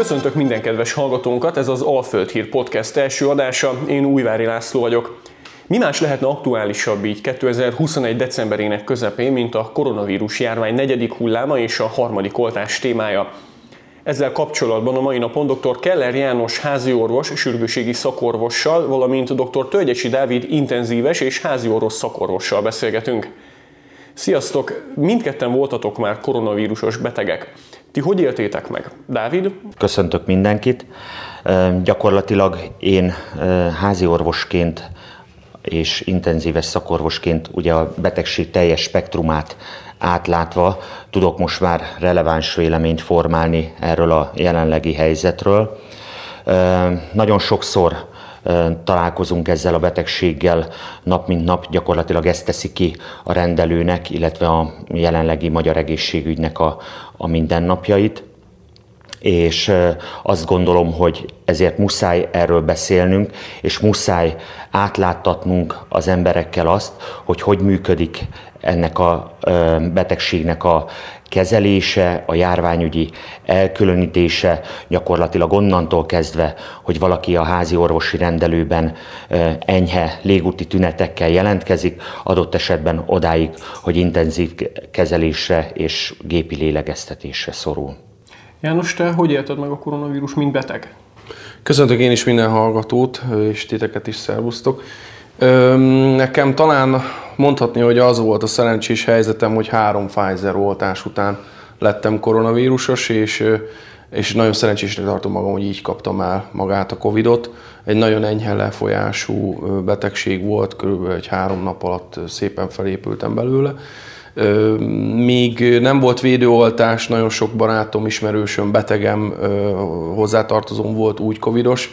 Köszöntök minden kedves hallgatónkat, ez az Alföld Hír Podcast első adása, én Újvári László vagyok. Mi más lehetne aktuálisabb így 2021. decemberének közepén, mint a koronavírus járvány 4. hulláma és a harmadik oltás témája. Ezzel kapcsolatban a mai napon dr. Keller János háziorvos, sürgősségi szakorvossal, valamint dr. Tölgyesi Dávid intenzíves és háziorvos szakorvossal beszélgetünk. Sziasztok! Mindketten voltatok már koronavírusos betegek. Ti hogy éltétek meg? Dávid? Köszöntök mindenkit. Gyakorlatilag én háziorvosként és intenzíves szakorvosként ugye a betegség teljes spektrumát átlátva tudok most már releváns véleményt formálni erről a jelenlegi helyzetről. Nagyon sokszor találkozunk ezzel a betegséggel nap mint nap, gyakorlatilag ezt teszi ki a rendelőnek, illetve a jelenlegi magyar egészségügynek a mindennapjait. És azt gondolom, hogy ezért muszáj erről beszélnünk, és muszáj átláttatnunk az emberekkel azt, hogy működik ennek a betegségnek a kezelése, a járványügyi elkülönítése, gyakorlatilag onnantól kezdve, hogy valaki a házi orvosi rendelőben enyhe légúti tünetekkel jelentkezik, adott esetben odáig, hogy intenzív kezelésre és gépi lélegeztetésre szorul. János, te hogy élted meg a koronavírus, mint beteg? Köszöntök én is minden hallgatót, és titeket is szervusztok. Nekem talán mondhatni, hogy az volt a szerencsés helyzetem, hogy 3 Pfizer oltás után lettem koronavírusos, és nagyon szerencsésre tartom magam, hogy így kaptam el magát a Covidot. Egy nagyon enyhe lefolyású betegség volt, körülbelül 3 nap alatt szépen felépültem belőle. Míg nem volt védőoltás, nagyon sok barátom, ismerősöm, betegem, hozzátartozóm volt úgy covidos.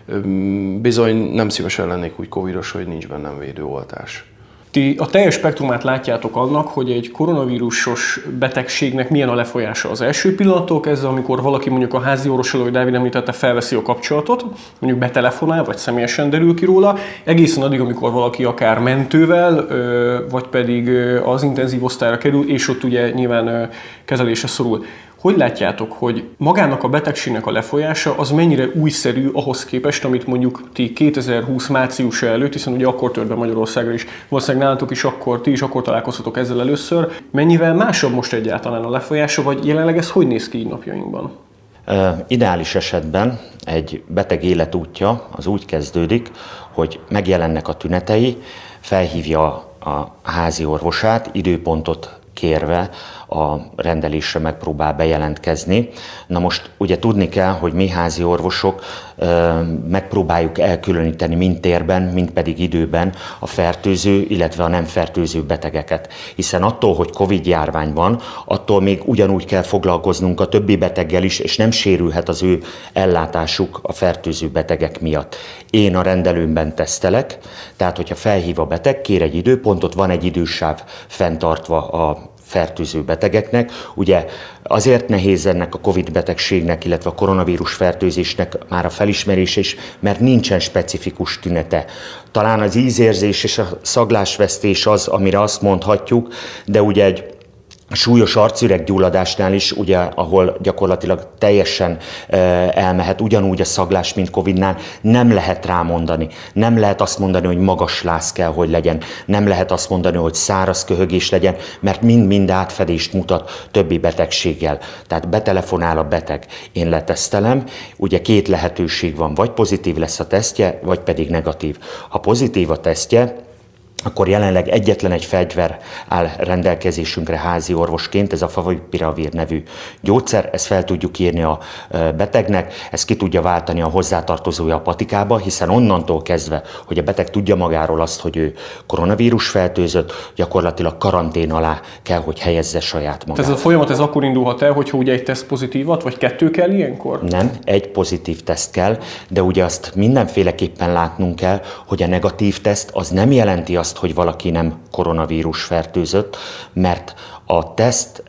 Bizony nem szívesen lennék úgy covidos, hogy nincs bennem védőoltás. Ti a teljes spektrumát látjátok annak, hogy egy koronavírusos betegségnek milyen a lefolyása az első pillanattól kezdve, amikor valaki mondjuk a házi orvossal, ahogy Dávid említette, felveszi a kapcsolatot, mondjuk betelefonál, vagy személyesen derül ki róla, egészen addig, amikor valaki akár mentővel, vagy pedig az intenzív osztályra kerül, és ott ugye nyilván kezelésre szorul. Hogy látjátok, hogy magának a betegségnek a lefolyása az mennyire újszerű ahhoz képest, amit mondjuk ti 2020 márciusa előtt, hiszen ugye akkor tört be Magyarországra is, valószínűleg nálatok is akkor, ti is akkor találkoztatok ezzel először. Mennyivel másabb most egyáltalán a lefolyása, vagy jelenleg ez hogy néz ki így napjainkban? Ideális esetben egy beteg életútja az úgy kezdődik, hogy megjelennek a tünetei, felhívja a házi orvosát, időpontot kérve a rendelésre megpróbál bejelentkezni. Na most ugye tudni kell, hogy mi házi orvosok megpróbáljuk elkülöníteni mind térben, mind pedig időben a fertőző, illetve a nem fertőző betegeket. Hiszen attól, hogy Covid járvány van, attól még ugyanúgy kell foglalkoznunk a többi beteggel is, és nem sérülhet az ő ellátásuk a fertőző betegek miatt. Én a rendelőmben tesztelek, tehát hogyha felhív a beteg, kér egy időpontot, van egy idősáv fenntartva a fertőző betegeknek. Ugye azért nehéz ennek a Covid betegségnek, illetve a koronavírus fertőzésnek már a felismerése is, mert nincsen specifikus tünete. Talán az ízérzés és a szaglásvesztés az, amire azt mondhatjuk, de ugye egy súlyos arcüreggyulladásnál is, ugye, ahol gyakorlatilag teljesen elmehet ugyanúgy a szaglás, mint Covidnál, nem lehet rámondani. Nem lehet azt mondani, hogy magas láz kell, hogy legyen. Nem lehet azt mondani, hogy száraz köhögés legyen, mert mind-mind átfedést mutat többi betegséggel. Tehát betelefonál a beteg, én letesztelem, ugye 2 lehetőség van, vagy pozitív lesz a tesztje, vagy pedig negatív. Ha pozitív a tesztje, akkor jelenleg egyetlen egy fegyver áll rendelkezésünkre házi orvosként, ez a favipiravir nevű gyógyszer, ezt fel tudjuk írni a betegnek, ezt ki tudja váltani a hozzátartozója a patikába, hiszen onnantól kezdve, hogy a beteg tudja magáról azt, hogy ő koronavírus fertőzött, gyakorlatilag karantén alá kell, hogy helyezze saját magát. Ez a folyamat ez akkor indulhat el, hogyha ugye egy teszt pozitívat, vagy 2 kell ilyenkor? Nem, egy pozitív teszt kell, de ugye azt mindenféleképpen látnunk kell, hogy a negatív teszt az nem jelenti azt, hogy valaki nem koronavírus fertőzött, mert a teszt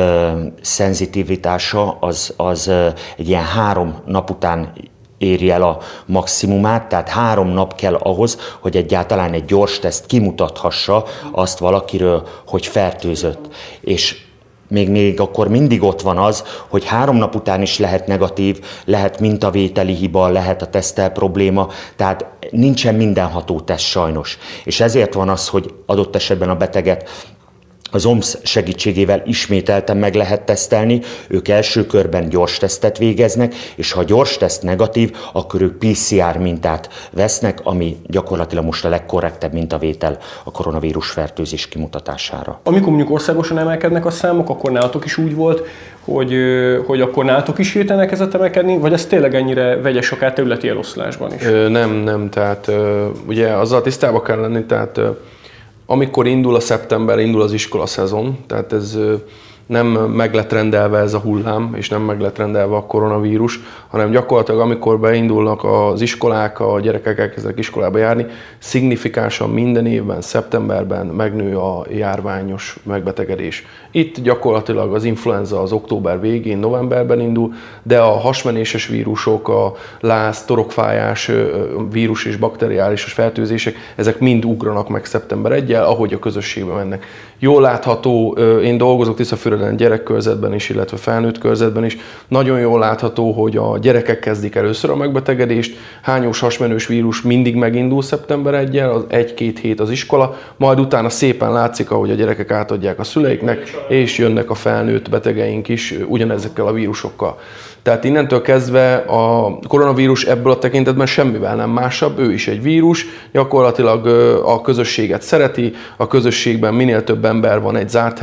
szenzitivitása az egy ilyen 3 nap után éri el a maximumát, tehát 3 nap kell ahhoz, hogy egyáltalán egy gyors teszt kimutathassa azt valakiről, hogy fertőzött. És még akkor mindig ott van az, hogy 3 nap után is lehet negatív, lehet mintavételi hiba, lehet a teszttel probléma, tehát nincsen mindenható teszt sajnos. És ezért van az, hogy adott esetben a beteget az OMS segítségével ismételten meg lehet tesztelni, ők első körben gyors tesztet végeznek, és ha a gyors teszt negatív, akkor ők PCR mintát vesznek, ami gyakorlatilag most a legkorrektebb mintavétel a koronavírus fertőzés kimutatására. Amikor mondjuk országosan emelkednek a számok, akkor nálatok is úgy volt, hogy akkor nálatok is hirtelen elkezdett emelkedni, vagy ez tényleg ennyire vegyes akár területi eloszlásban is? Nem, tehát ugye azzal tisztában kell lenni, tehát amikor indul a szeptember, indul az iskola szezon, tehát ez nem meg lett rendelve ez a hullám, és nem meg lett rendelve a koronavírus, hanem gyakorlatilag amikor beindulnak az iskolák, a gyerekek elkezdenek iskolába járni, szignifikánsan minden évben, szeptemberben megnő a járványos megbetegedés. Itt gyakorlatilag az influenza az október végén, novemberben indul, de a hasmenéses vírusok, a láz, torokfájás vírus és bakteriális fertőzések, ezek mind ugranak meg szeptember 1-jel, ahogy a közösségbe mennek. Jól látható, én dolgozok Tiszafüreden gyerekkörzetben is, illetve felnőtt körzetben is, nagyon jól látható, hogy a gyerekek kezdik először a megbetegedést, hányós hasmenős vírus mindig megindul szeptember 1-jel, az 1-2 hét az iskola, majd utána szépen látszik, ahogy a gyerekek átadják a szüleiknek, és jönnek a felnőtt betegeink is ugyanezekkel a vírusokkal. Tehát innentől kezdve a koronavírus ebből a tekintetben semmivel nem másabb, ő is egy vírus, gyakorlatilag a közösséget szereti, a közösségben minél több ember van egy zárt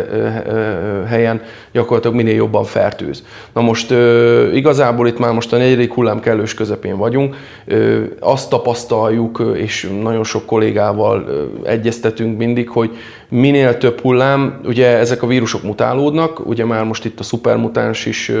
helyen, gyakorlatilag minél jobban fertőz. Na most igazából itt már most a 4. hullám kellős közepén vagyunk, azt tapasztaljuk, és nagyon sok kollégával egyeztetünk mindig, hogy minél több hullám, ugye ezek a vírusok mutálódnak, ugye már most itt a szupermutáns is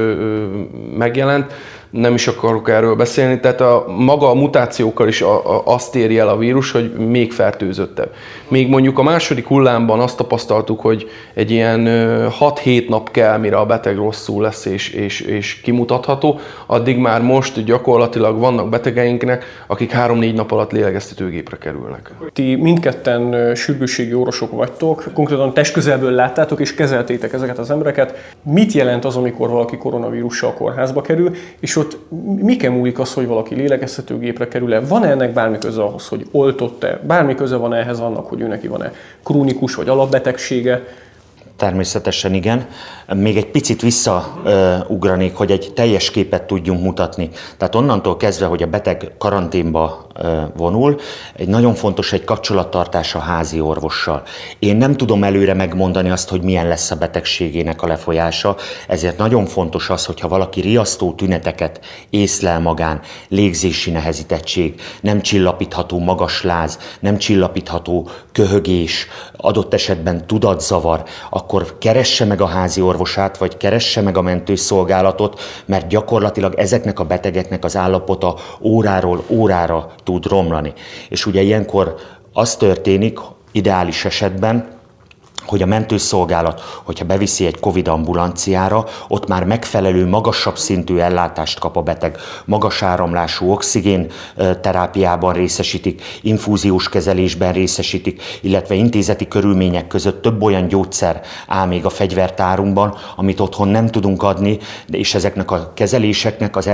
megjelent, nem is akarok erről beszélni, tehát maga a mutációkkal is azt éri el a vírus, hogy még fertőzöttebb. Még mondjuk a második hullámban azt tapasztaltuk, hogy egy ilyen 6-7 nap kell, mire a beteg rosszul lesz és kimutatható, addig már most gyakorlatilag vannak betegeinknek, akik 3-4 nap alatt lélegeztetőgépre kerülnek. Ti mindketten sürgősségi orvosok vagytok, konkrétan testközelből láttátok és kezeltétek ezeket az embereket. Mit jelent az, amikor valaki koronavírussal a kórházba kerül, és ott miken múlik az, hogy valaki lélegeztetőgépre kerül-e? Van-e ennek bármi köze ahhoz, hogy oltott-e? Bármi köze van ehhez annak, hogy ő neki van-e krónikus vagy alapbetegsége? Természetesen igen. Még egy picit visszaugranék, hogy egy teljes képet tudjunk mutatni. Tehát onnantól kezdve, hogy a beteg karanténba vonul, egy nagyon fontos egy kapcsolattartás a házi orvossal. Én nem tudom előre megmondani azt, hogy milyen lesz a betegségének a lefolyása, ezért nagyon fontos az, hogyha valaki riasztó tüneteket észlel magán, légzési nehezítettség, nem csillapítható magas láz, nem csillapítható köhögés, adott esetben tudatzavar, akkor keresse meg a házi orvosát, vagy keresse meg a mentőszolgálatot, mert gyakorlatilag ezeknek a betegeknek az állapota óráról órára tud romlani. És ugye ilyenkor az történik, ideális esetben, hogy a mentőszolgálat, hogyha beviszi egy Covid ambulanciára, ott már megfelelő, magasabb szintű ellátást kap a beteg. Magas áramlású oxigén terápiában részesítik, infúziós kezelésben részesítik, illetve intézeti körülmények között több olyan gyógyszer áll még a fegyvertárunkban, amit otthon nem tudunk adni, és ezeknek a kezeléseknek az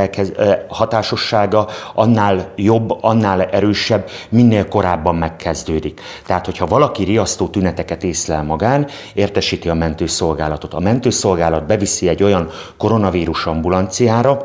hatásossága annál jobb, annál erősebb, minél korábban megkezdődik. Tehát, hogyha valaki riasztó tüneteket észlel magán, értesíti a mentőszolgálatot. A mentőszolgálat beviszi egy olyan koronavírus ambulanciára,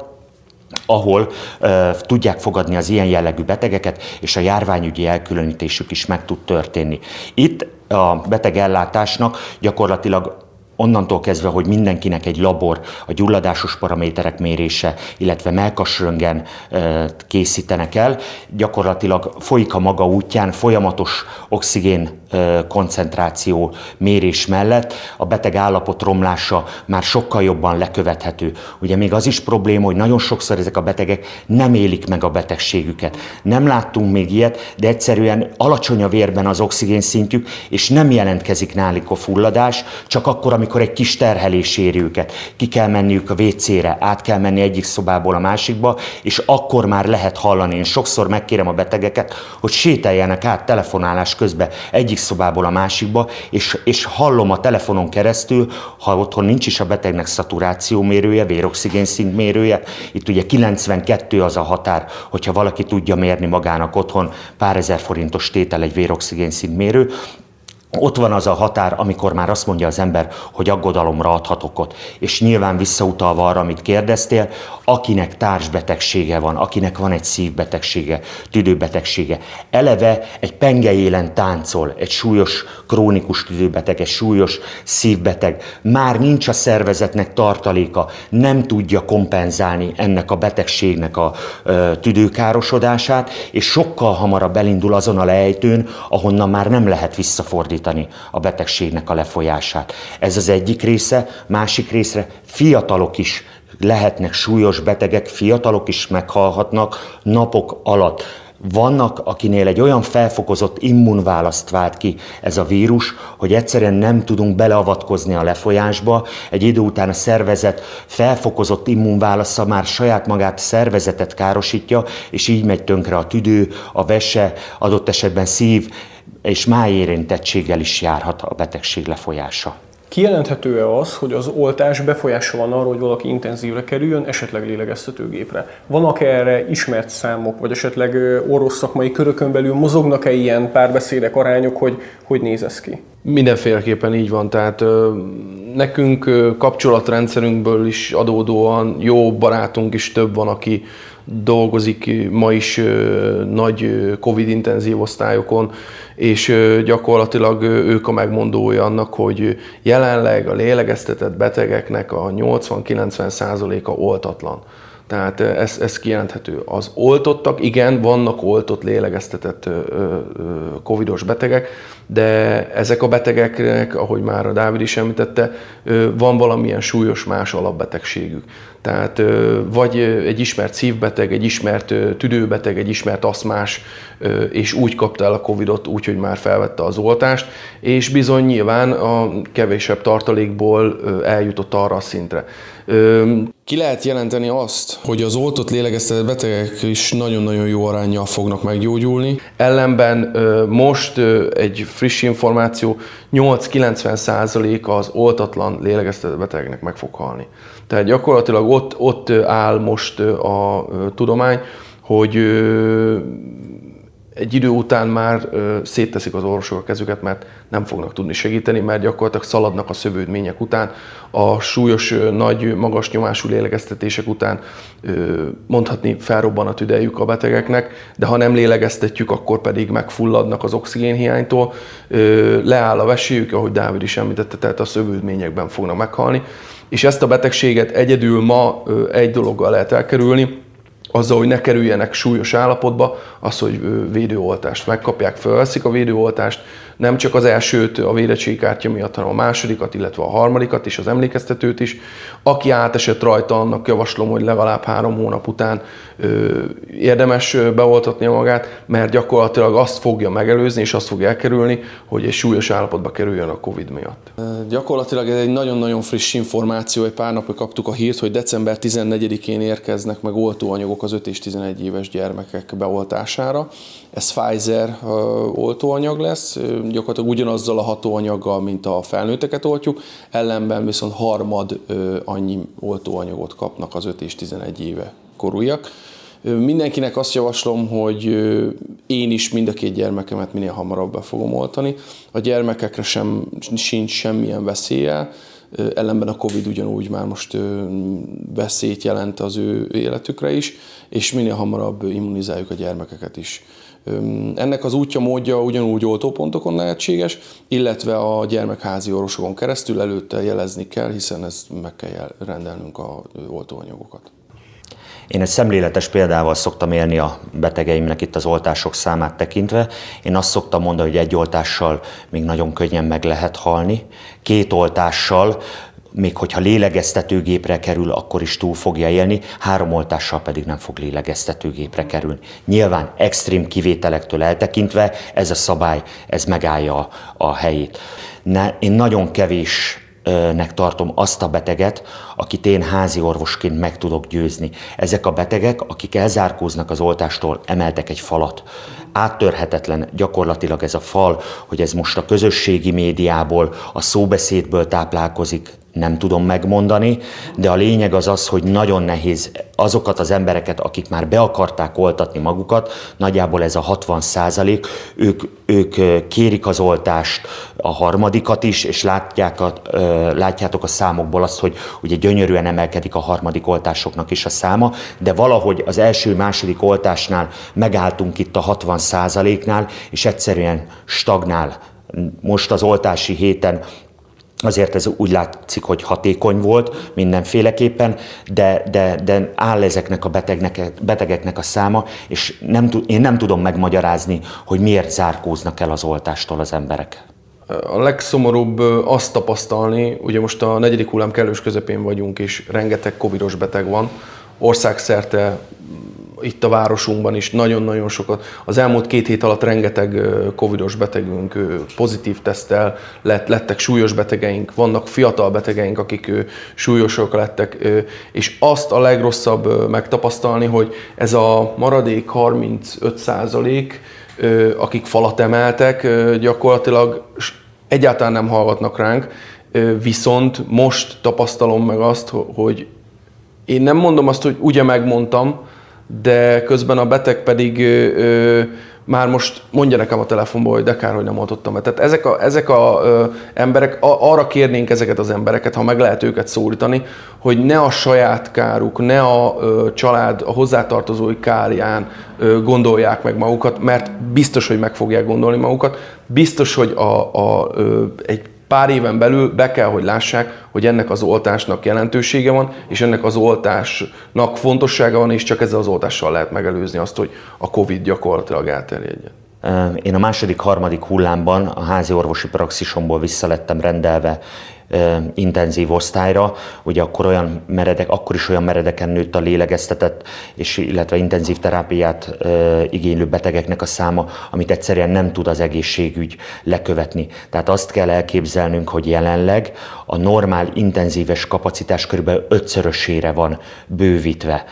ahol tudják fogadni az ilyen jellegű betegeket, és a járványügyi elkülönítésük is meg tud történni. Itt a betegellátásnak gyakorlatilag onnantól kezdve, hogy mindenkinek egy labor, a gyulladásos paraméterek mérése, illetve mellkasröntgen készítenek el, gyakorlatilag folyik a maga útján folyamatos oxigén koncentráció mérés mellett a beteg állapot romlása már sokkal jobban lekövethető. Ugye még az is probléma, hogy nagyon sokszor ezek a betegek nem élik meg a betegségüket. Nem láttunk még ilyet, de egyszerűen alacsony a vérben az oxigén szintjük, és nem jelentkezik náluk a fulladás, csak akkor, amikor amikor egy kis terhelés éri őket, ki kell menniük a WC-re, át kell menni egyik szobából a másikba, és akkor már lehet hallani. Én sokszor megkérem a betegeket, hogy sétáljanak át telefonálás közben egyik szobából a másikba, és hallom a telefonon keresztül, ha otthon nincs is a betegnek szaturációmérője, véroxigén szintmérője, itt ugye 92 az a határ, hogyha valaki tudja mérni magának otthon, pár ezer forintos tétel egy véroxigén szintmérő. Ott van az a határ, amikor már azt mondja az ember, hogy aggodalomra adhat okot. És nyilván visszautalva arra, amit kérdeztél, akinek társbetegsége van, akinek van egy szívbetegsége, tüdőbetegsége, eleve egy pengeélen táncol, egy súlyos krónikus tüdőbeteg, egy súlyos szívbeteg, már nincs a szervezetnek tartaléka, nem tudja kompenzálni ennek a betegségnek a tüdőkárosodását, és sokkal hamarabb elindul azon a lejtőn, ahonnan már nem lehet visszafordítani a betegségnek a lefolyását. Ez az egyik része, másik részre fiatalok is lehetnek súlyos betegek, fiatalok is meghalhatnak napok alatt. Vannak, akinél egy olyan felfokozott immunválaszt vált ki ez a vírus, hogy egyszerűen nem tudunk beleavatkozni a lefolyásba. Egy idő után a szervezet felfokozott immunválasza már saját magát szervezetet károsítja, és így megy tönkre a tüdő, a vese, adott esetben szív, és májérintettséggel is járhat a betegség lefolyása. Kijelenthető-e az, hogy az oltás befolyása van arra, hogy valaki intenzívre kerüljön, esetleg lélegeztetőgépre? Vannak erre ismert számok, vagy esetleg orvosszakmai körökön belül mozognak-e ilyen párbeszédek, arányok, hogy néz ez ki? Mindenféleképpen így van, tehát nekünk kapcsolatrendszerünkből is adódóan jó barátunk is több van, aki dolgozik ma is nagy Covid intenzív osztályokon, és gyakorlatilag ők a megmondója annak, hogy jelenleg a lélegeztetett betegeknek a 80-90%-a oltatlan. Tehát ez kijelenthető. Az oltottak, igen, vannak oltott, lélegeztetett covidos betegek, de ezek a betegeknek, ahogy már a Dávid is említette, van valamilyen súlyos más alapbetegségük. Tehát vagy egy ismert szívbeteg, egy ismert tüdőbeteg, egy ismert aszmás, és úgy kapta el a covidot, úgyhogy már felvette az oltást, és bizony nyilván a kevésebb tartalékból eljutott arra a szintre. Ki lehet jelenteni azt, hogy az oltott lélegeztetett betegek is nagyon-nagyon jó aránnyal fognak meggyógyulni. Ellenben most egy friss információ, 8-90% az oltatlan lélegeztetett betegeknek meg fog halni. Tehát gyakorlatilag ott áll most a tudomány, hogy egy idő után már szétteszik az orvosok a kezüket, mert nem fognak tudni segíteni, mert gyakorlatilag szaladnak a szövődmények után, a súlyos, nagy, magas nyomású lélegeztetések után mondhatni felrobban a tüdejük a betegeknek, de ha nem lélegeztetjük, akkor pedig megfulladnak az oxigénhiánytól, leáll a veséjük, ahogy Dávid is említette, tehát a szövődményekben fognak meghalni, és ezt a betegséget egyedül ma egy dologgal lehet elkerülni, azzal, hogy ne kerüljenek súlyos állapotba, az, hogy védőoltást megkapják, felveszik a védőoltást, nem csak az elsőt a védettségkártya miatt, hanem a másodikat, illetve a harmadikat és az emlékeztetőt is. Aki átesett rajta, annak javaslom, hogy legalább 3 hónap után érdemes beoltatnia magát, mert gyakorlatilag azt fogja megelőzni és azt fogja elkerülni, hogy egy súlyos állapotba kerüljön a Covid miatt. Gyakorlatilag ez egy nagyon-nagyon friss információ, egy pár napja kaptuk a hírt, hogy december 14-én érkeznek meg oltóanyagok az 5 és 11 éves gyermekek beoltására. Ez Pfizer oltóanyag lesz, gyakorlatilag ugyanazzal a hatóanyaggal, mint a felnőtteket oltjuk, ellenben viszont harmad annyi oltóanyagot kapnak az 5 és 11 éve korújak. Mindenkinek azt javaslom, hogy én is mind a 2 gyermekemet minél hamarabb be fogom oltani. A gyermekekre sincs semmilyen veszélye, ellenben a Covid ugyanúgy már most veszélyt jelent az ő életükre is, és minél hamarabb immunizáljuk a gyermekeket is. Ennek az útja, módja ugyanúgy oltópontokon lehetséges, illetve a gyermekházi orvosokon keresztül előtte jelezni kell, hiszen ezt meg kell rendelnünk az oltóanyagokat. Én egy szemléletes példával szoktam élni a betegeimnek itt az oltások számát tekintve. Én azt szoktam mondani, hogy 1 oltással még nagyon könnyen meg lehet halni, 2 oltással, még hogyha lélegeztetőgépre kerül, akkor is túl fogja élni, 3 oltással pedig nem fog lélegeztetőgépre kerülni. Nyilván extrém kivételektől eltekintve ez a szabály, ez megállja a helyét. Én nagyon kevés nek tartom azt a beteget, akit én házi orvosként meg tudok győzni. Ezek a betegek, akik elzárkóznak az oltástól, emeltek egy falat. Áttörhetetlen gyakorlatilag ez a fal, hogy ez most a közösségi médiából, a szóbeszédből táplálkozik, nem tudom megmondani, de a lényeg az az, hogy nagyon nehéz azokat az embereket, akik már be akarták oltatni magukat, nagyjából ez a 60%, ők kérik az oltást, a harmadikat is, és látjátok a számokból azt, hogy ugye gyönyörűen emelkedik a harmadik oltásoknak is a száma, de valahogy az első-második oltásnál megálltunk itt a 60%-nál, és egyszerűen stagnál. Most az oltási héten azért ez úgy látszik, hogy hatékony volt mindenféleképpen, de áll ezeknek a betegeknek a száma, és én nem tudom megmagyarázni, hogy miért zárkóznak el az oltástól az emberek. A legszomorúbb azt tapasztalni, ugye most a 4. hullám kellős közepén vagyunk, és rengeteg covidos beteg van, országszerte, itt a városunkban is nagyon-nagyon sokat. Az elmúlt 2 hét alatt rengeteg covidos betegünk pozitív teszttel lettek súlyos betegeink, vannak fiatal betegeink, akik súlyosok lettek, és azt a legrosszabb megtapasztalni, hogy ez a maradék 35%, akik falat emeltek, gyakorlatilag egyáltalán nem hallgatnak ránk, viszont most tapasztalom meg azt, hogy én nem mondom azt, hogy ugye megmondtam, de közben a beteg pedig már most mondja nekem a telefonból, hogy de kár, hogy nem oltottam be. Tehát ezek a emberek, arra kérnénk ezeket az embereket, ha meg lehet őket szólítani, hogy ne a saját káruk, ne a család, a hozzátartozói kárján gondolják meg magukat, mert biztos, hogy meg fogják gondolni magukat. Biztos, hogy egy pár éven belül be kell, hogy lássák, hogy ennek az oltásnak jelentősége van, és ennek az oltásnak fontossága van, és csak ezzel az oltással lehet megelőzni azt, hogy a Covid gyakorlatilag elterjedjen. Én a második-harmadik hullámban a házi orvosi praxisomból visszalettem rendelve intenzív osztályra, ugye akkor is olyan meredeken nőtt a lélegeztetett, illetve intenzív terápiát igénylő betegeknek a száma, amit egyszerűen nem tud az egészségügy lekövetni. Tehát azt kell elképzelnünk, hogy jelenleg a normál intenzíves kapacitás kb. 5-szörösére van bővítve.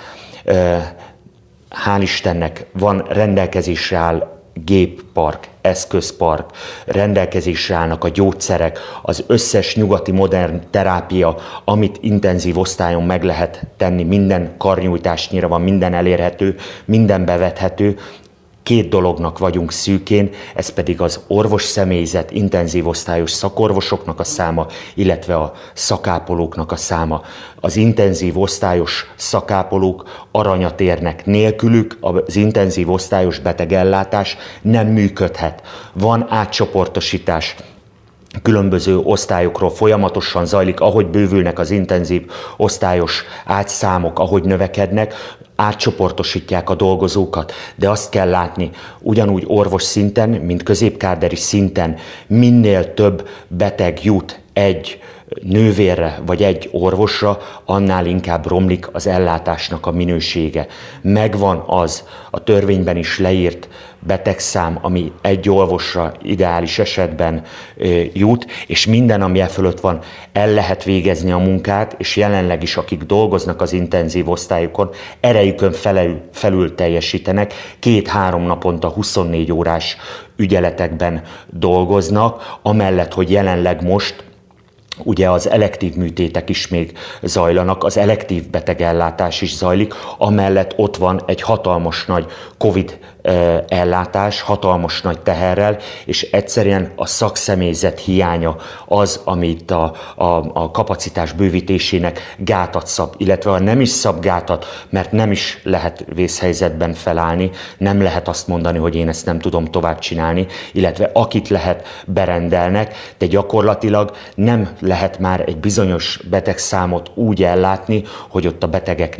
Hál' Istennek van rendelkezésre áll géppark, eszközpark, rendelkezésre állnak a gyógyszerek, az összes nyugati modern terápia, amit intenzív osztályon meg lehet tenni, minden karnyújtásnyira van, minden elérhető, minden bevethető. 2 dolognak vagyunk szűkén, ez pedig az orvosszemélyzet, intenzív osztályos szakorvosoknak a száma, illetve a szakápolóknak a száma. Az intenzív osztályos szakápolók aranyat érnek, nélkülük az intenzív osztályos betegellátás nem működhet. Van átcsoportosítás. Különböző osztályokról folyamatosan zajlik, ahogy bővülnek az intenzív osztályos ágyszámok, ahogy növekednek, átcsoportosítják a dolgozókat, de azt kell látni, ugyanúgy orvos szinten, mint középkárderi szinten minél több beteg jut egy nővérre vagy egy orvosra, annál inkább romlik az ellátásnak a minősége. Megvan az a törvényben is leírt betegszám, ami egy orvosra ideális esetben jut, és minden, ami e fölött van, el lehet végezni a munkát, és jelenleg is, akik dolgoznak az intenzív osztályokon, erejükön felül teljesítenek, 2-3 naponta 24 órás ügyeletekben dolgoznak, amellett, hogy jelenleg most ugye az elektív műtétek is még zajlanak, az elektív betegellátás is zajlik, amellett ott van egy hatalmas nagy Covid ellátás, hatalmas nagy teherrel, és egyszerűen a szakszemélyzet hiánya az, amit a kapacitás bővítésének gátat szab, illetve ha nem is szab gátat, mert nem is lehet vészhelyzetben felállni, nem lehet azt mondani, hogy én ezt nem tudom tovább csinálni, illetve akit lehet berendelnek, de gyakorlatilag nem lehet már egy bizonyos betegszámot úgy ellátni, hogy ott a betegek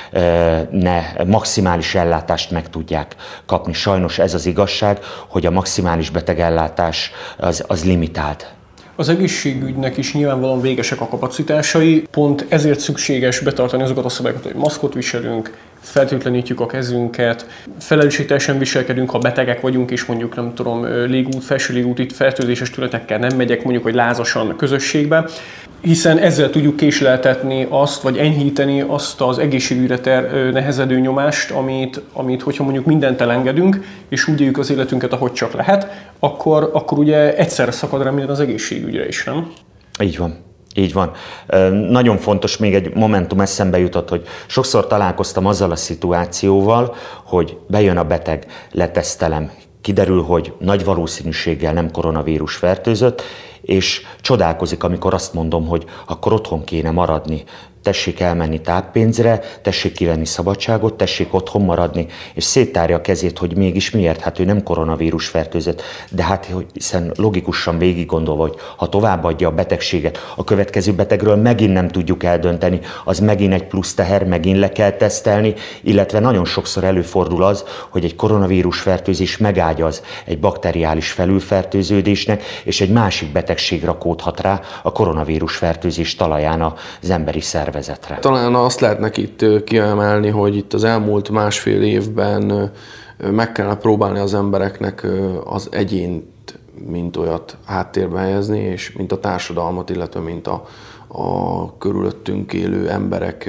ne maximális ellátást meg tudják kapni. Sajnos ez az igazság, hogy a maximális betegellátás az limitált. Az egészségügynek is nyilvánvalóan végesek a kapacitásai, pont ezért szükséges betartani azokat a szabályokat, hogy maszkot viselünk, feltétlenítjük a kezünket, felelősségteljesen viselkedünk, ha betegek vagyunk, és mondjuk nem tudom, felső légúti fertőzéses tünetekkel nem megyek, mondjuk, hogy lázasan közösségbe, hiszen ezzel tudjuk késleltetni azt, vagy enyhíteni azt az egészségügyre nehezedő nyomást, amit hogyha mondjuk mindent elengedünk, és úgy éljük az életünket, ahogy csak lehet, akkor ugye egyszerre szakad rá minden az egészségügyre is, nem? Így van. Így van. Nagyon fontos, még egy momentum eszembe jutott, hogy sokszor találkoztam azzal a szituációval, hogy bejön a beteg, letesztelem, kiderül, hogy nagy valószínűséggel nem koronavírus fertőzött, és csodálkozik, amikor azt mondom, hogy akkor otthon kéne maradni. Tessék elmenni táppénzre, tessék kivenni szabadságot, tessék otthon maradni, és széttárja a kezét, hogy mégis miért, hát ő nem koronavírus fertőzött, de hát hiszen logikusan végig gondolva, hogy ha továbbadja a betegséget, a következő betegről megint nem tudjuk eldönteni, az megint egy plusz teher, megint le kell tesztelni, illetve nagyon sokszor előfordul az, hogy egy koronavírus fertőzés megágyaz egy bakteriális felülfertőződésnek, és egy másik betegség rakódhat rá a koronavírus fertőzés talaján az emberi szervezetre. Talán azt lehetnek itt kiemelni, hogy itt az elmúlt másfél évben meg kellene próbálni az embereknek az egyént, mint olyat háttérbe helyezni, és mint a társadalmat, illetve mint a körülöttünk élő emberek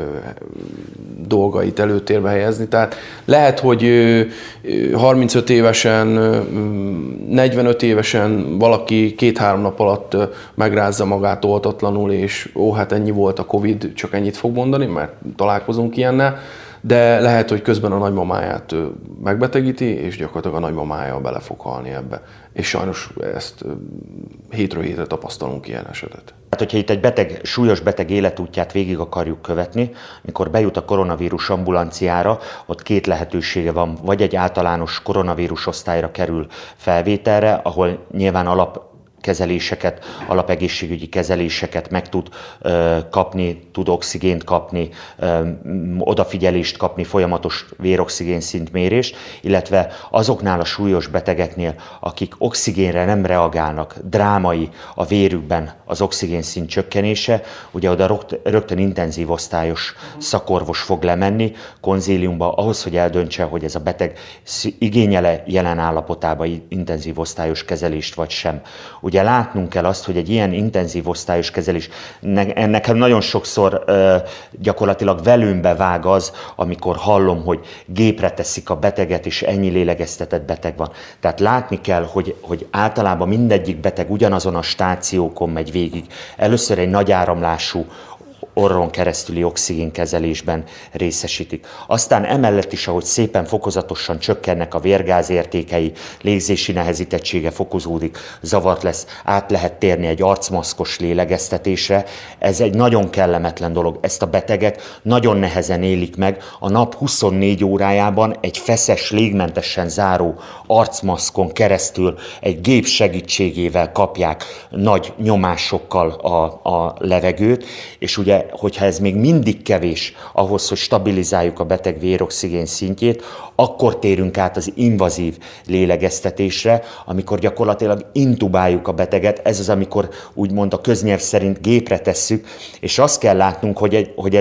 dolgait előtérbe helyezni. Tehát lehet, hogy 35 évesen, 45 évesen valaki 2-3 nap alatt megrázza magát oltatlanul, és hát ennyi volt a Covid, csak ennyit fog mondani, mert találkozunk ilyennel, de lehet, hogy közben a nagymamáját megbetegíti, és gyakorlatilag a nagymamája bele fog halni ebbe. És sajnos ezt hétről hétre tapasztalunk ilyen esetet. Hát, hogyha itt egy súlyos beteg életútját végig akarjuk követni, mikor bejut a koronavírus ambulanciára, ott két lehetősége van, vagy egy általános koronavírus osztályra kerül felvételre, ahol nyilván alapegészségügyi kezeléseket meg tud kapni, tud oxigént kapni, odafigyelést kapni, folyamatos véroxigén szintmérést, illetve azoknál a súlyos betegeknél, akik oxigénre nem reagálnak, drámai a vérükben az oxigén szint csökkenése, ugye oda rögtön intenzív osztályos szakorvos fog lemenni konzíliumba, ahhoz, hogy eldöntse, hogy ez a beteg igényele jelen állapotában intenzív osztályos kezelést vagy sem. Ugye látnunk kell azt, hogy egy ilyen intenzív osztályos kezelés, nekem nagyon sokszor gyakorlatilag velőmbe vág az, amikor hallom, hogy gépre teszik a beteget, és ennyi lélegeztetett beteg van. Tehát látni kell, hogy általában mindegyik beteg ugyanazon a stációkon megy végig. Először egy nagy áramlású orron keresztüli oxigénkezelésben részesítik. Aztán emellett is, ahogy szépen fokozatosan csökkennek a vérgázértékei, légzési nehezítettsége fokozódik, zavart lesz, át lehet térni egy arcmaszkos lélegeztetésre. Ez egy nagyon kellemetlen dolog. Ezt a betegek nagyon nehezen élik meg. A nap 24 órájában egy feszes, légmentesen záró arcmaszkon keresztül egy gép segítségével kapják nagy nyomásokkal a levegőt, és ugye hogyha ez még mindig kevés ahhoz, hogy stabilizáljuk a beteg véroxigén szintjét, akkor térünk át az invazív lélegeztetésre, amikor gyakorlatilag intubáljuk a beteget. Ez az, amikor úgymond a köznyelv szerint gépre tesszük, és azt kell látnunk, hogy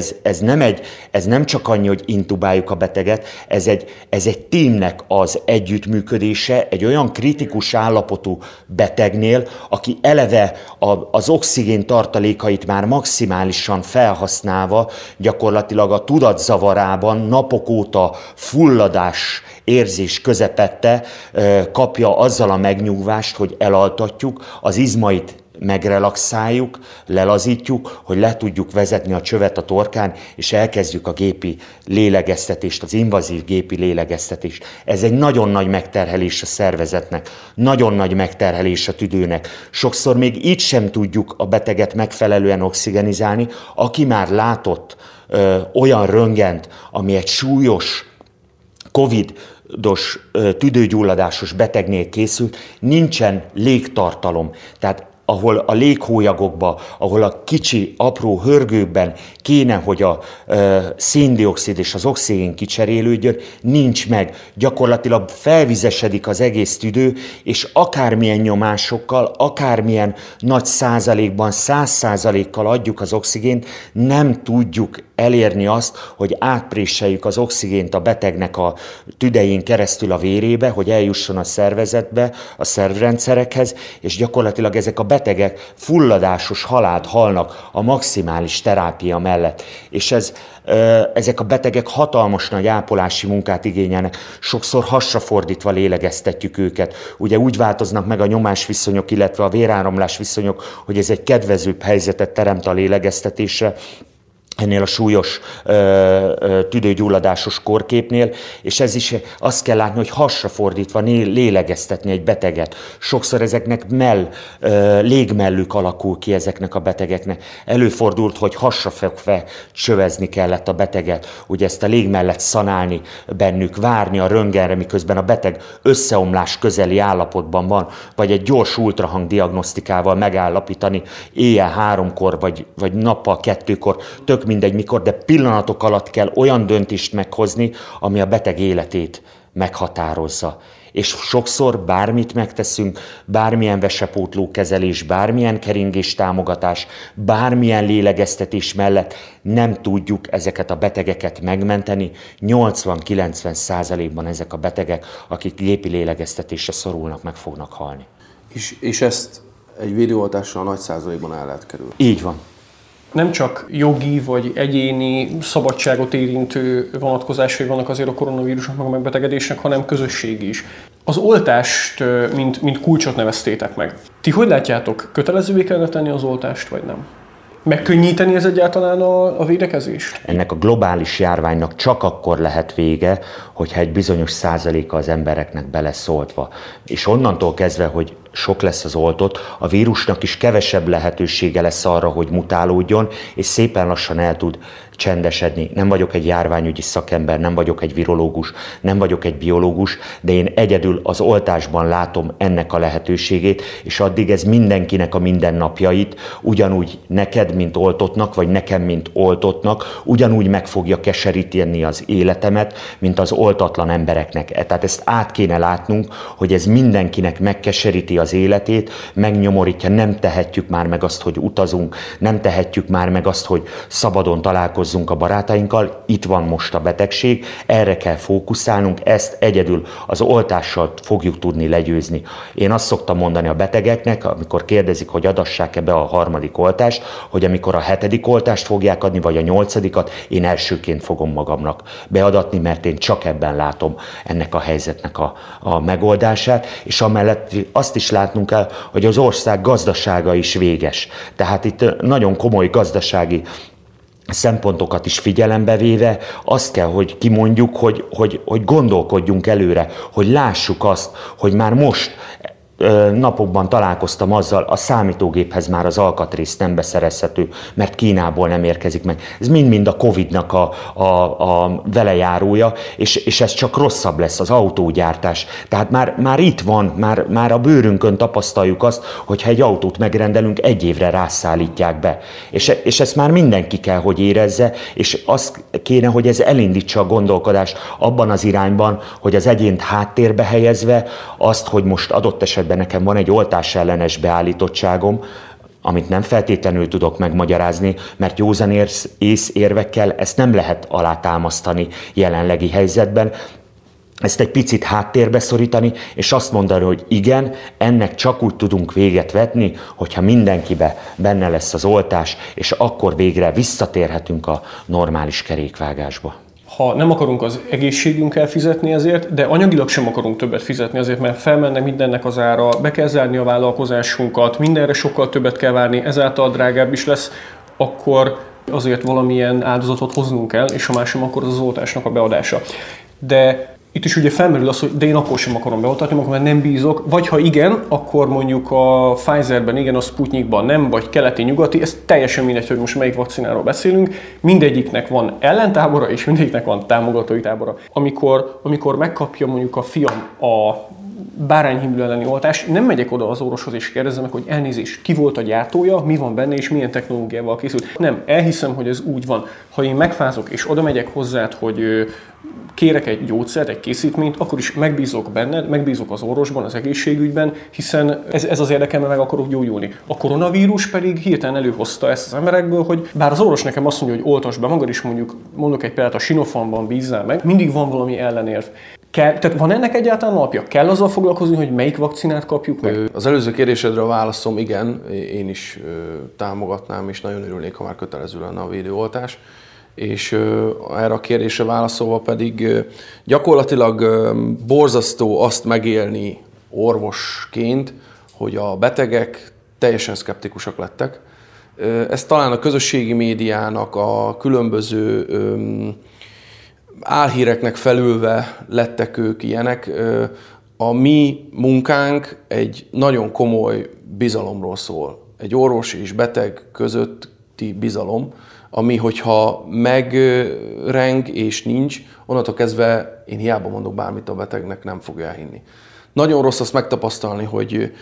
ez nem csak annyi, hogy intubáljuk a beteget, ez egy tímnek az együttműködése, egy olyan kritikus állapotú betegnél, aki eleve az oxigén tartalékait már maximálisan felhasználva, gyakorlatilag a tudatzavarában napok óta fulladás érzés közepette kapja azzal a megnyugvást, hogy elaltatjuk, az izmait megrelaxáljuk, lelazítjuk, hogy le tudjuk vezetni a csövet a torkán, és elkezdjük a gépi lélegeztetést, az invazív gépi lélegeztetést. Ez egy nagyon nagy megterhelés a szervezetnek, nagyon nagy megterhelés a tüdőnek. Sokszor még így sem tudjuk a beteget megfelelően oxigenizálni, aki már látott olyan röntgent, ami egy súlyos Covid-os tüdőgyulladásos betegnél készült, nincsen légtartalom. Tehát ahol a léghólyagokban, ahol a kicsi, apró hörgőkben kéne, hogy a széndioxid és az oxigén kicserélődjön, nincs meg. Gyakorlatilag felvizesedik az egész tüdő, és akármilyen nyomásokkal, akármilyen nagy százalékban, 100%-kal adjuk az oxigént, nem tudjuk elérni azt, hogy átpréseljük az oxigént a betegnek a tüdején keresztül a vérébe, hogy eljusson a szervezetbe, a szervrendszerekhez, és gyakorlatilag ezek a betegek fulladásos halált halnak a maximális terápia mellett. És ezek a betegek hatalmas nagy ápolási munkát igényelnek, sokszor hasrafordítva lélegeztetjük őket. Ugye úgy változnak meg a nyomásviszonyok, illetve a véráramlás viszonyok, hogy ez egy kedvezőbb helyzetet teremt a lélegeztetésre, ennél a súlyos tüdőgyulladásos kórképnél, és ez is azt kell látni, hogy hasrafordítva lélegeztetni egy beteget. Sokszor ezeknek légmellük alakul ki ezeknek a betegeknek. Előfordult, hogy hasrafekve csövezni kellett a beteget, ugye ezt a légmellet szanálni bennük, várni a röntgenre, miközben a beteg összeomlás közeli állapotban van, vagy egy gyors ultrahang diagnosztikával megállapítani éjjel 3-kor, vagy nappal 2-kor, tök mindegy mikor, de pillanatok alatt kell olyan döntést meghozni, ami a beteg életét meghatározza. És sokszor bármit megteszünk, bármilyen vesepótló kezelés, bármilyen keringés támogatás, bármilyen lélegeztetés mellett nem tudjuk ezeket a betegeket megmenteni. 80-90%-ban ezek a betegek, akik gépi lélegeztetésre szorulnak, meg fognak halni. És ezt egy védőoltással nagy százalékban el lehet kerülni. Így van. Nem csak jogi vagy egyéni szabadságot érintő vonatkozásai vannak azért a koronavírusnak, meg a megbetegedésnek, hanem közösségi is. Az oltást, mint kulcsot neveztétek meg. Ti hogy látjátok, kötelezővé kellene tenni az oltást, vagy nem? Megkönnyíteni ez egyáltalán a védekezést? Ennek a globális járványnak csak akkor lehet vége, hogyha egy bizonyos százaléka az embereknek be lesz oltva. És onnantól kezdve, hogy sok lesz az oltott, a vírusnak is kevesebb lehetősége lesz arra, hogy mutálódjon, és szépen lassan el tud csendesedni. Nem vagyok egy járványügyi szakember, nem vagyok egy virológus, nem vagyok egy biológus, de én egyedül az oltásban látom ennek a lehetőségét, és addig ez mindenkinek a mindennapjait, ugyanúgy neked, mint oltottnak, vagy nekem, mint oltottnak, ugyanúgy meg fogja keseríteni az életemet, mint az oltatlan embereknek. Tehát ezt át kéne látnunk, hogy ez mindenkinek megkeseríti az életét, megnyomorítja, nem tehetjük már meg azt, hogy utazunk, nem tehetjük már meg azt, hogy szabadon találkozzunk a barátainkkal, itt van most a betegség, erre kell fókuszálnunk, ezt egyedül az oltással fogjuk tudni legyőzni. Én azt szoktam mondani a betegeknek, amikor kérdezik, hogy adassák-e be a 3. oltást, hogy amikor a 7. oltást fogják adni, vagy a 8-at, én elsőként fogom magamnak beadatni, mert én csak ebben látom ennek a helyzetnek a megoldását, és amellett azt is látnunk kell, hogy az ország gazdasága is véges. Tehát itt nagyon komoly gazdasági szempontokat is figyelembe véve azt kell, hogy kimondjuk, hogy gondolkodjunk előre, hogy lássuk azt, hogy már most napokban találkoztam azzal, a számítógéphez már az alkatrész nem beszerezhető, mert Kínából nem érkezik meg. Ez mind-mind a Covid-nak a velejárója, és ez csak rosszabb lesz, az autógyártás. Tehát már itt van, már a bőrünkön tapasztaljuk azt, hogyha egy autót megrendelünk, 1 évre rászállítják be. És ezt már mindenki kell, hogy érezze, és azt kéne, hogy ez elindítsa a gondolkodást abban az irányban, hogy az egyént háttérbe helyezve azt, hogy most adott esetben nekem van egy oltás ellenes beállítottságom, amit nem feltétlenül tudok megmagyarázni, mert józan ész érvekkel ezt nem lehet alátámasztani jelenlegi helyzetben. Ezt egy picit háttérbe szorítani, és azt mondani, hogy igen, ennek csak úgy tudunk véget vetni, hogyha mindenkibe benne lesz az oltás, és akkor végre visszatérhetünk a normális kerékvágásba. Ha nem akarunk az egészségünkkel fizetni ezért, de anyagilag sem akarunk többet fizetni azért, mert felmenne mindennek az ára, be kell zárni a vállalkozásunkat, mindenre sokkal többet kell várni, ezáltal drágább is lesz, akkor azért valamilyen áldozatot hoznunk kell, és ha más sem, akkor az oltásnak a beadása. De itt is ugye felmerül az, hogy de én akkor sem akarom beoltatni magam, mert nem bízok, vagy ha igen, akkor mondjuk a Pfizerben igen, a Sputnikban nem, vagy keleti-nyugati, ez teljesen mindegy, hogy most melyik vakcináról beszélünk, mindegyiknek van ellentábora, és mindegyiknek van támogatói tábora. Amikor megkapja mondjuk a fiam a bárányhimlő elleni oltás, nem megyek oda az orvoshoz és kérdezem meg, hogy elnézést, ki volt a gyártója, mi van benne és milyen technológiával készült. Nem, elhiszem, hogy ez úgy van. Ha én megfázok és oda megyek hozzád, hogy kérek egy gyógyszert, egy készítményt, akkor is megbízok benned, megbízok az orvosban, az egészségügyben, hiszen ez az érdekem, meg akarok gyógyulni. A koronavírus pedig hirtelen előhozta ezt az emberekből, hogy bár az orvos nekem azt mondja, hogy oltasd be magad is, mondok egy példát, a Sinopharmban bízzál meg, mindig van valami ellenérv. Tehát van ennek egyáltalán alapja? Kell azzal foglalkozni, hogy melyik vakcinát kapjuk meg? Az előző kérdésedre a válaszom igen, én is támogatnám, és nagyon örülnék, ha már kötelező lenne a védőoltás. És erre a kérdésre válaszolva pedig gyakorlatilag borzasztó azt megélni orvosként, hogy a betegek teljesen szkeptikusak lettek. Ez talán a közösségi médiának a különböző álhíreknek felülve lettek ők ilyenek. A mi munkánk egy nagyon komoly bizalomról szól. Egy orvos és beteg közötti bizalom, ami hogyha megreng és nincs, onnantól kezdve én hiába mondok bármit a betegnek, nem fogja elhinni. Nagyon rossz azt megtapasztalni, hogy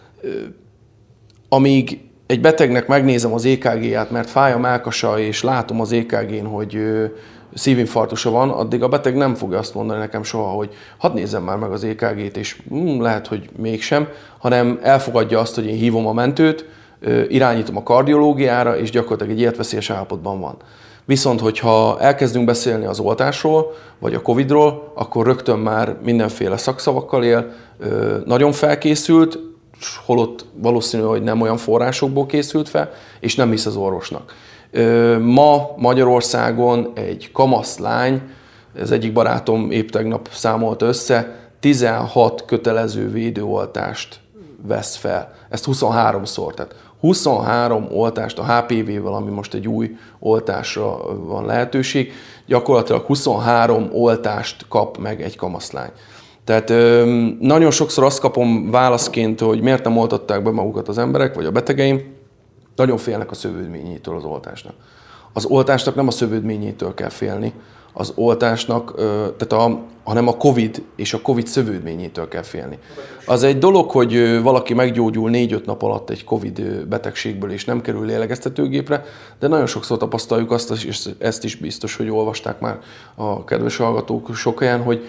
amíg egy betegnek megnézem az EKG-ját, mert fáj a mellkasa, és látom az EKG-n, hogy szívinfarktusa van, addig a beteg nem fogja azt mondani nekem soha, hogy hadd nézzem már meg az EKG-t, és lehet, hogy mégsem, hanem elfogadja azt, hogy én hívom a mentőt, irányítom a kardiológiára, és gyakorlatilag egy életveszélyes állapotban van. Viszont, hogyha elkezdünk beszélni az oltásról, vagy a Covid-ról, akkor rögtön már mindenféle szakszavakkal él, nagyon felkészült, holott valószínű, hogy nem olyan forrásokból készült fel, és nem hisz az orvosnak. Ma Magyarországon egy kamasz lány, az egyik barátom épp tegnap számolta össze, 16 kötelező védőoltást vesz fel. Ezt 23-szor, tehát 23 oltást a HPV-vel, ami most egy új oltásra van lehetőség, gyakorlatilag 23 oltást kap meg egy kamaszlány. Tehát nagyon sokszor azt kapom válaszként, hogy miért nem oltatták be magukat az emberek, vagy a betegeim, nagyon félnek a szövődményétől az oltásnak. Az oltásnak nem a szövődményétől kell félni, az oltásnak, hanem a Covid és a Covid szövődményétől kell félni. Az egy dolog, hogy valaki meggyógyul 4-5 nap alatt egy Covid betegségből és nem kerül lélegeztetőgépre, de nagyon sokszor tapasztaljuk azt, és ezt is biztos, hogy olvasták már a kedves hallgatók sok helyen, hogy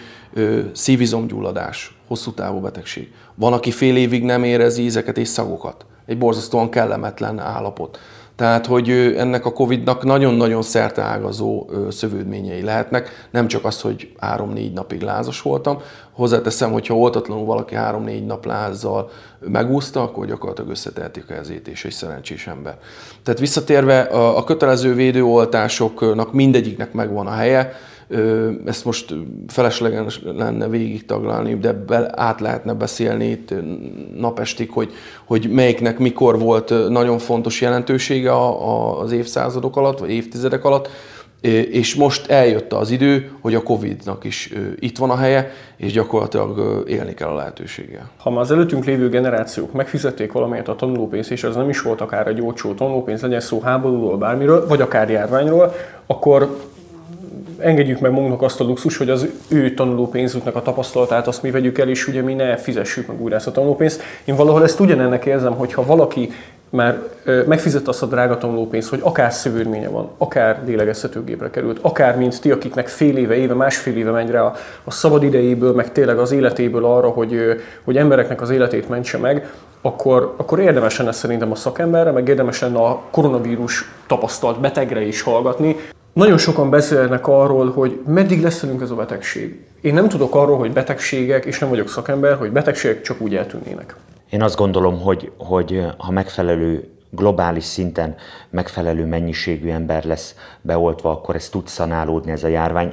szívizomgyulladás, hosszú távú betegség. Van, aki fél évig nem érez ízeket és szagokat. Egy borzasztóan kellemetlen állapot. Tehát, hogy ennek a Covid-nak nagyon-nagyon szerteágazó szövődményei lehetnek, nem csak az, hogy 3-4 napig lázas voltam. Hozzáteszem, hogyha oltatlanul valaki 3-4 nap lázzal megúszta, akkor gyakorlatilag összeteheti a kezét és egy szerencsés ember. Tehát visszatérve, a kötelező védőoltásoknak mindegyiknek megvan a helye. Ezt most felesleges lenne végig taglalni, de át lehetne beszélni itt napestig, hogy melyiknek mikor volt nagyon fontos jelentősége az évszázadok alatt, vagy évtizedek alatt, és most eljött az idő, hogy a Covid-nak is itt van a helye, és gyakorlatilag élni kell a lehetőséggel. Ha már az előttünk lévő generációk megfizették valamelyet a tanulópénzt, és az nem is volt akár egy olcsó tanulópénz, legyen szó háborúról, bármiről, vagy akár járványról, akkor engedjük meg magunknak azt a luxus, hogy az ő tanulópénzüknek a tapasztalatát azt mi vegyük el, és ugye mi ne fizessük meg újra ezt a tanulópénzt. Én valahol ezt ugyanennek érzem, hogy ha valaki már megfizette azt a drága tanulópénzt, hogy akár szövődménye van, akár lélegeztetőgépre került, akár mint ti, akiknek fél éve, másfél éve megy rá a szabad idejéből, meg tényleg az életéből arra, hogy embereknek az életét mentse meg, akkor érdemes lenne szerintem a szakemberre, meg érdemes lenne a koronavírus tapasztalt betegre is hallgatni. Nagyon sokan beszélnek arról, hogy meddig lesz velünk ez a betegség. Én nem tudok arról, hogy betegségek, és nem vagyok szakember, hogy betegségek csak úgy eltűnnének. Én azt gondolom, hogy ha megfelelő globális szinten megfelelő mennyiségű ember lesz beoltva, akkor ez tud szanálódni ez a járvány.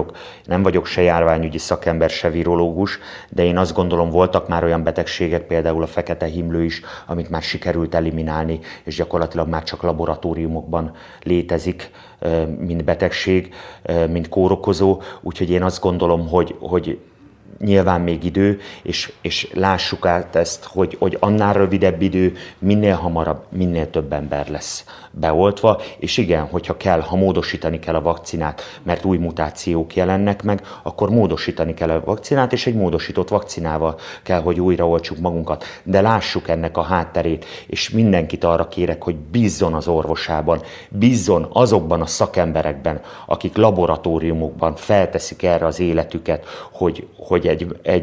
Nem vagyok se járványügyi szakember, se virológus, de én azt gondolom, voltak már olyan betegségek, például a fekete himlő is, amit már sikerült eliminálni, és gyakorlatilag már csak laboratóriumokban létezik, mint betegség, mint kórokozó. Úgyhogy én azt gondolom, hogy nyilván még idő, és lássuk át ezt, hogy annál rövidebb idő, minél hamarabb, minél több ember lesz beoltva, és igen, hogyha kell, ha módosítani kell a vakcinát, mert új mutációk jelennek meg, akkor módosítani kell a vakcinát, és egy módosított vakcinával kell, hogy újraoltsuk magunkat. De lássuk ennek a hátterét, és mindenkit arra kérek, hogy bízzon az orvosában, bízzon azokban a szakemberekben, akik laboratóriumokban felteszik erre az életüket, hogy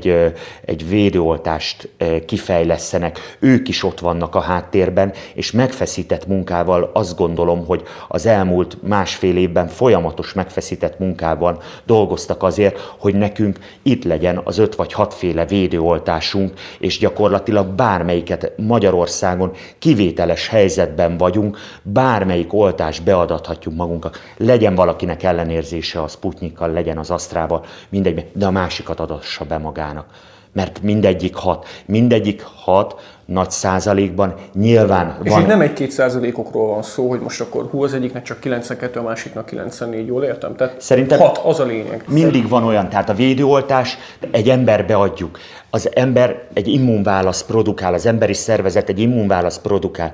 egy védőoltást kifejlesztenek. Ők is ott vannak a háttérben, és megfeszített munkával azt gondolom, hogy az elmúlt másfél évben folyamatos megfeszített munkában dolgoztak azért, hogy nekünk itt legyen az 5 vagy 6 féle védőoltásunk, és gyakorlatilag bármelyiket Magyarországon kivételes helyzetben vagyunk, bármelyik oltást beadathatjuk magunkat. Legyen valakinek ellenérzése a Sputnikkal, legyen az Astrával, mindegy, de a másikat adassa be magának. Mert mindegyik hat nagy százalékban nyilván és van. itt nem 1-2%-okról van szó, hogy most akkor az egyiknek csak 92, a másiknak 94, jól értem? Tehát szerintem 6 az a lényeg. Mindig van olyan, tehát a védőoltás egy emberbe adjuk. Az ember egy immunválaszt produkál, az emberi szervezet egy immunválaszt produkál.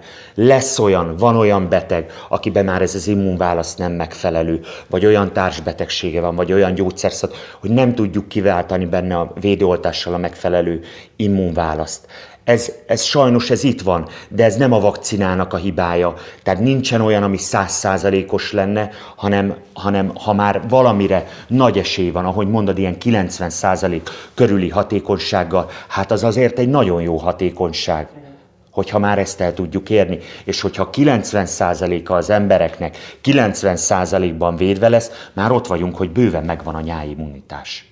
Van olyan beteg, akiben már ez az immunválasz nem megfelelő, vagy olyan társbetegsége van, vagy olyan gyógyszerszat, hogy nem tudjuk kiváltani benne a védőoltással a megfelelő immunválaszt. Ez sajnos itt van, de ez nem a vakcinának a hibája. Tehát nincsen olyan, ami 100%-os lenne, hanem ha már valamire nagy esély van, ahogy mondod, ilyen 90% körüli hatékonysággal, hát az azért egy nagyon jó hatékonyság, hogyha már ezt el tudjuk érni. És hogyha 90%-a az embereknek 90%-ban védve lesz, már ott vagyunk, hogy bőven megvan a nyáimmunitás.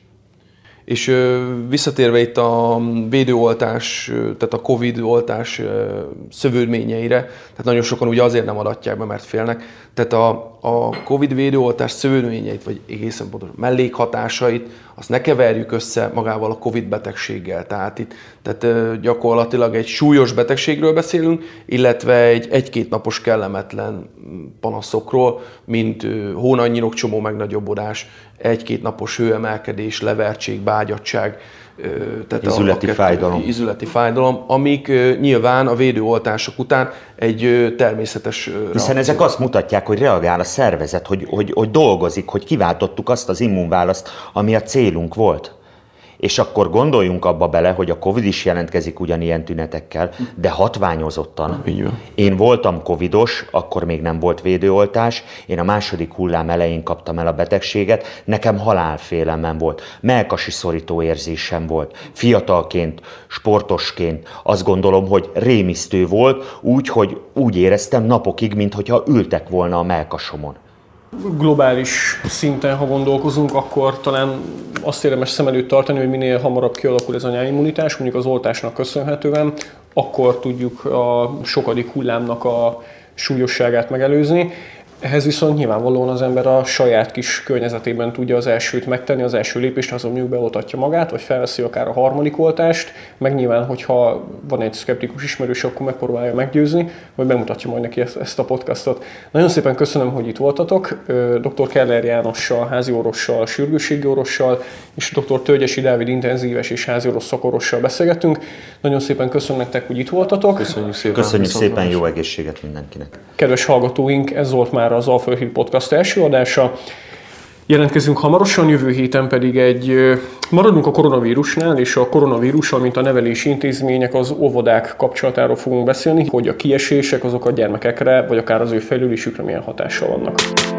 És visszatérve itt a védőoltás, tehát a Covid-oltás szövődményeire, tehát nagyon sokan ugye azért nem adatják be, mert félnek. Tehát a Covid védőoltás szövődményeit, vagy egészen pontosan mellékhatásait, azt ne keverjük össze magával a Covid betegséggel. Tehát gyakorlatilag egy súlyos betegségről beszélünk, illetve egy-két napos kellemetlen panaszokról, mint hónanyirokcsomó megnagyobbodás, egy-két napos hőemelkedés, levertség, bágyadtság, tehát izületi fájdalom, amik nyilván a védőoltások után egy természetes reakció. Hiszen ezek azt mutatják, hogy reagál a szervezet, hogy dolgozik, hogy kiváltottuk azt az immunválaszt, ami a célunk volt. És akkor gondoljunk abba bele, hogy a Covid is jelentkezik ugyanilyen tünetekkel, de hatványozottan. Én voltam covidos, akkor még nem volt védőoltás, én a második hullám elején kaptam el a betegséget, nekem halálfélelmem volt, mellkasi szorító érzésem volt. Fiatalként, sportosként azt gondolom, hogy rémisztő volt, úgy éreztem napokig, mintha ültek volna a mellkasomon. Globális szinten, ha gondolkozunk, akkor talán azt érdemes szem előtt tartani, hogy minél hamarabb kialakul ez a nyáimmunitás, mondjuk az oltásnak köszönhetően, akkor tudjuk a sokadik hullámnak a súlyosságát megelőzni. Ehhez viszont nyilvánvalóan az ember a saját kis környezetében tudja az elsőt megtenni, az első lépést, azon mondjuk beoltatja magát, vagy felveszi akár a harmadik oltást, meg nyilván, hogyha van egy szkeptikus ismerős, akkor megpróbálja meggyőzni, vagy bemutatja majd neki ezt a podcastot. Nagyon szépen köszönöm, hogy itt voltatok. Dr. Keller Jánossal, háziorvossal, sürgősségi orvossal, és dr. Tölgyesi Dávid intenzíves és háziorvos szakorvossal beszélgettünk. Nagyon szépen köszönöm nektek, hogy itt voltatok. Köszönjük szépen, jó egészséget mindenkinek. Kedves hallgatóink, ez volt már az Alföld Hír Podcast első adása. Jelentkezünk hamarosan, jövő héten pedig maradunk a koronavírusnál, és a koronavírussal, mint a nevelési intézmények, az óvodák kapcsolatáról fogunk beszélni, hogy a kiesések azok a gyermekekre, vagy akár az ő fejlődésükre milyen hatással vannak.